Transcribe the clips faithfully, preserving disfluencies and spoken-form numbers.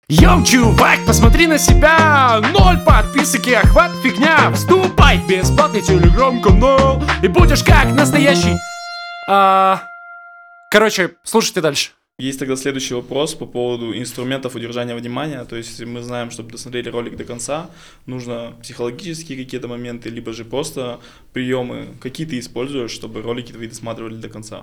Йоу, чувак, посмотри на себя. Ноль подписок и охват фигня. Вступай в бесплатный телеграм-канал и будешь как настоящий. А... Короче, слушайте дальше. Есть тогда следующий вопрос по поводу инструментов удержания внимания. То есть мы знаем, чтобы досмотреть ролик до конца, нужно психологические какие-то моменты, либо же просто приемы. Какие ты используешь, чтобы ролики твои досматривали до конца?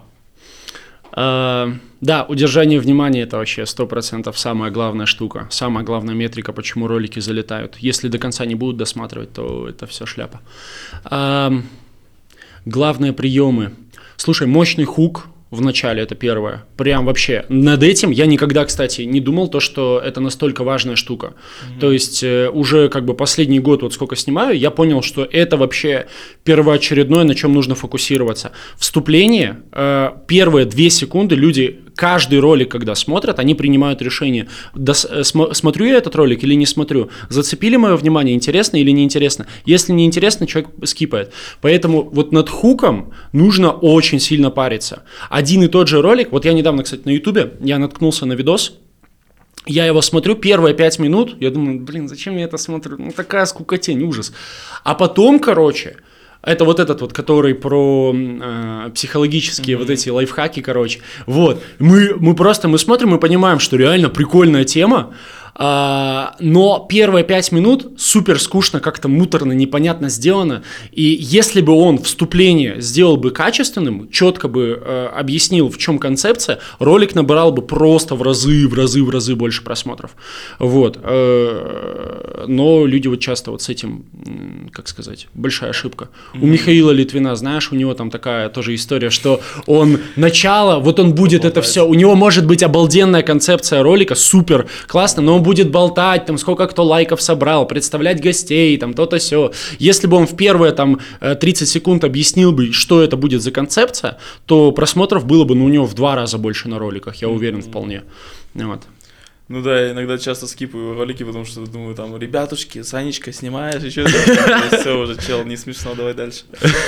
Uh, да, удержание внимания – это вообще сто процентов самая главная штука, самая главная метрика, почему ролики залетают. Если до конца не будут досматривать, то это все шляпа. Uh, главные приемы. Слушай, мощный хук в начале – это первое. Прям вообще. Над этим я никогда, кстати, не думал, то, что это настолько важная штука. Mm-hmm. То есть э, уже как бы последний год, вот сколько снимаю, я понял, что это вообще первоочередное, на чем нужно фокусироваться. Вступление, э, первые две секунды люди, каждый ролик, когда смотрят, они принимают решение, дос, э, см, смотрю я этот ролик или не смотрю, зацепили мое внимание, интересно или неинтересно. Если неинтересно, человек скипает. Поэтому вот над хуком нужно очень сильно париться. Один и тот же ролик, вот я недавно, кстати, на ютубе, я наткнулся на видос, я его смотрю первые пять минут, я думаю, блин, зачем я это смотрю, ну такая скукотень, ужас. А потом, короче, это вот этот вот, который про э, психологические mm-hmm. вот эти лайфхаки, короче, вот, мы, мы просто, мы смотрим и понимаем, что реально прикольная тема, Uh, но первые пять минут супер скучно, как-то муторно, непонятно сделано. И если бы он вступление сделал бы качественным, четко бы uh, объяснил, в чем концепция, ролик набирал бы просто в разы, в разы, в разы больше просмотров. Вот. Uh, но люди вот часто вот с этим, как сказать, большая ошибка. Mm-hmm. У Михаила Литвина, знаешь, у него там такая тоже история, что он начало, вот он будет Обалдать. Это все, у него может быть обалденная концепция ролика, супер классно, но он будет болтать, там, сколько кто лайков собрал, представлять гостей, там, то-то сё. Если бы он в первые, там, тридцать секунд объяснил бы, что это будет за концепция, то просмотров было бы, ну, у него в два раза больше на роликах, я уверен, вполне. Вот. Ну да, я иногда часто скипаю ролики, потому что думаю, там, ребятушки, Санечка, снимаешь, еще что-то. Все уже, чел, не смешно, давай дальше.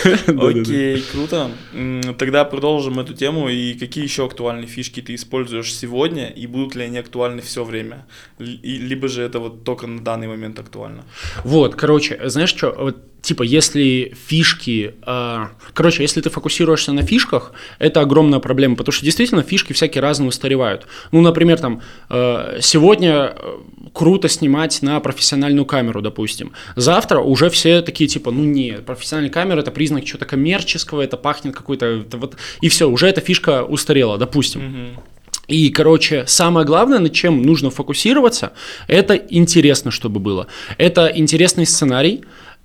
Окей, круто. Тогда продолжим эту тему. И какие еще актуальные фишки ты используешь сегодня, и будут ли они актуальны все время? Либо же это вот только на данный момент актуально? Вот, короче, знаешь что, вот типа, если фишки... Э, короче, если ты фокусируешься на фишках, это огромная проблема, потому что действительно фишки всякие разные устаревают. Ну, например, там, э, сегодня круто снимать на профессиональную камеру, допустим. Завтра уже все такие, типа, ну, нет, профессиональная камера – это признак чего-то коммерческого, это пахнет какой-то... Это вот, и все, уже эта фишка устарела, допустим. Mm-hmm. И, короче, самое главное, над чем нужно фокусироваться, это интересно, чтобы было. Это интересный сценарий,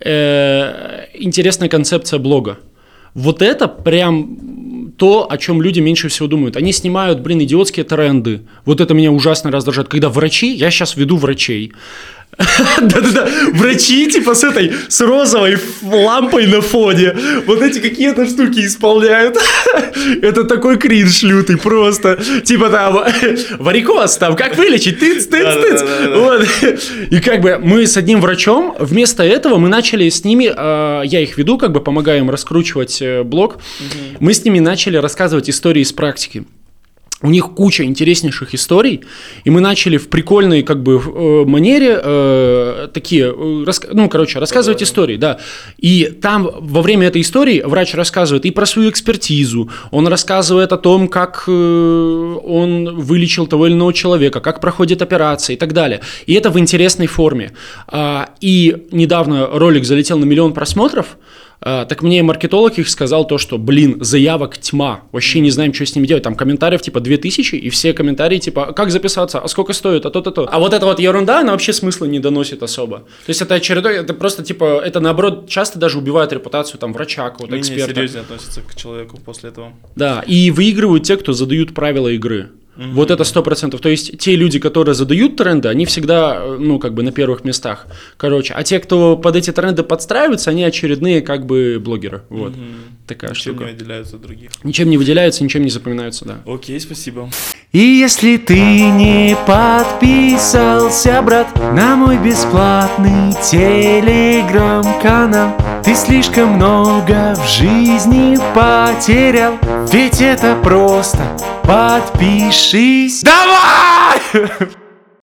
э, интересная концепция блога. Вот это прям то, о чем люди меньше всего думают. Они снимают, блин, идиотские тренды. Вот это меня ужасно раздражает. Когда врачи, я сейчас веду врачей. Да-да-да, врачи типа с этой, с розовой лампой на фоне вот эти какие-то штуки исполняют. Это такой кринж лютый просто. Типа там, варикоз там, как вылечить, тыц, тыц, тыц. Вот. И как бы мы с одним врачом, вместо этого мы начали с ними, э, я их веду, как бы помогаю им раскручивать э, блог, угу. Мы с ними начали рассказывать истории из практики. У них куча интереснейших историй, и мы начали в прикольной как бы э, манере э, такие, э, рас, ну, короче, рассказывать да, истории, да. И там во время этой истории врач рассказывает и про свою экспертизу, он рассказывает о том, как э, он вылечил того или иного человека, как проходит операция и так далее. И это в интересной форме. А, и недавно ролик залетел на миллион просмотров. Uh, так мне маркетолог их сказал то, что, блин, заявок тьма, вообще не знаем, что с ними делать, там комментариев типа две тысячи, и все комментарии типа, как записаться, а сколько стоит, а то-то-то. А вот эта вот ерунда, она вообще смысла не доносит особо. То есть это очередной, это просто типа, это наоборот часто даже убивает репутацию там врача, какого-то эксперта. Менее серьезнее относятся к человеку после этого. Да, и выигрывают те, кто задают правила игры. Mm-hmm. Вот это сто процентов. То есть те люди, которые задают тренды, они всегда, ну, как бы на первых местах. Короче, а те, кто под эти тренды подстраиваются, они очередные, как бы, блогеры. Вот. Mm-hmm. Такая ничем штука. не выделяются от других. Ничем не выделяются, ничем не запоминаются, да. Окей, спасибо. И если ты не подписался, брат, на мой бесплатный телеграм-канал, ты слишком много в жизни потерял, ведь это просто подпишись. Давай!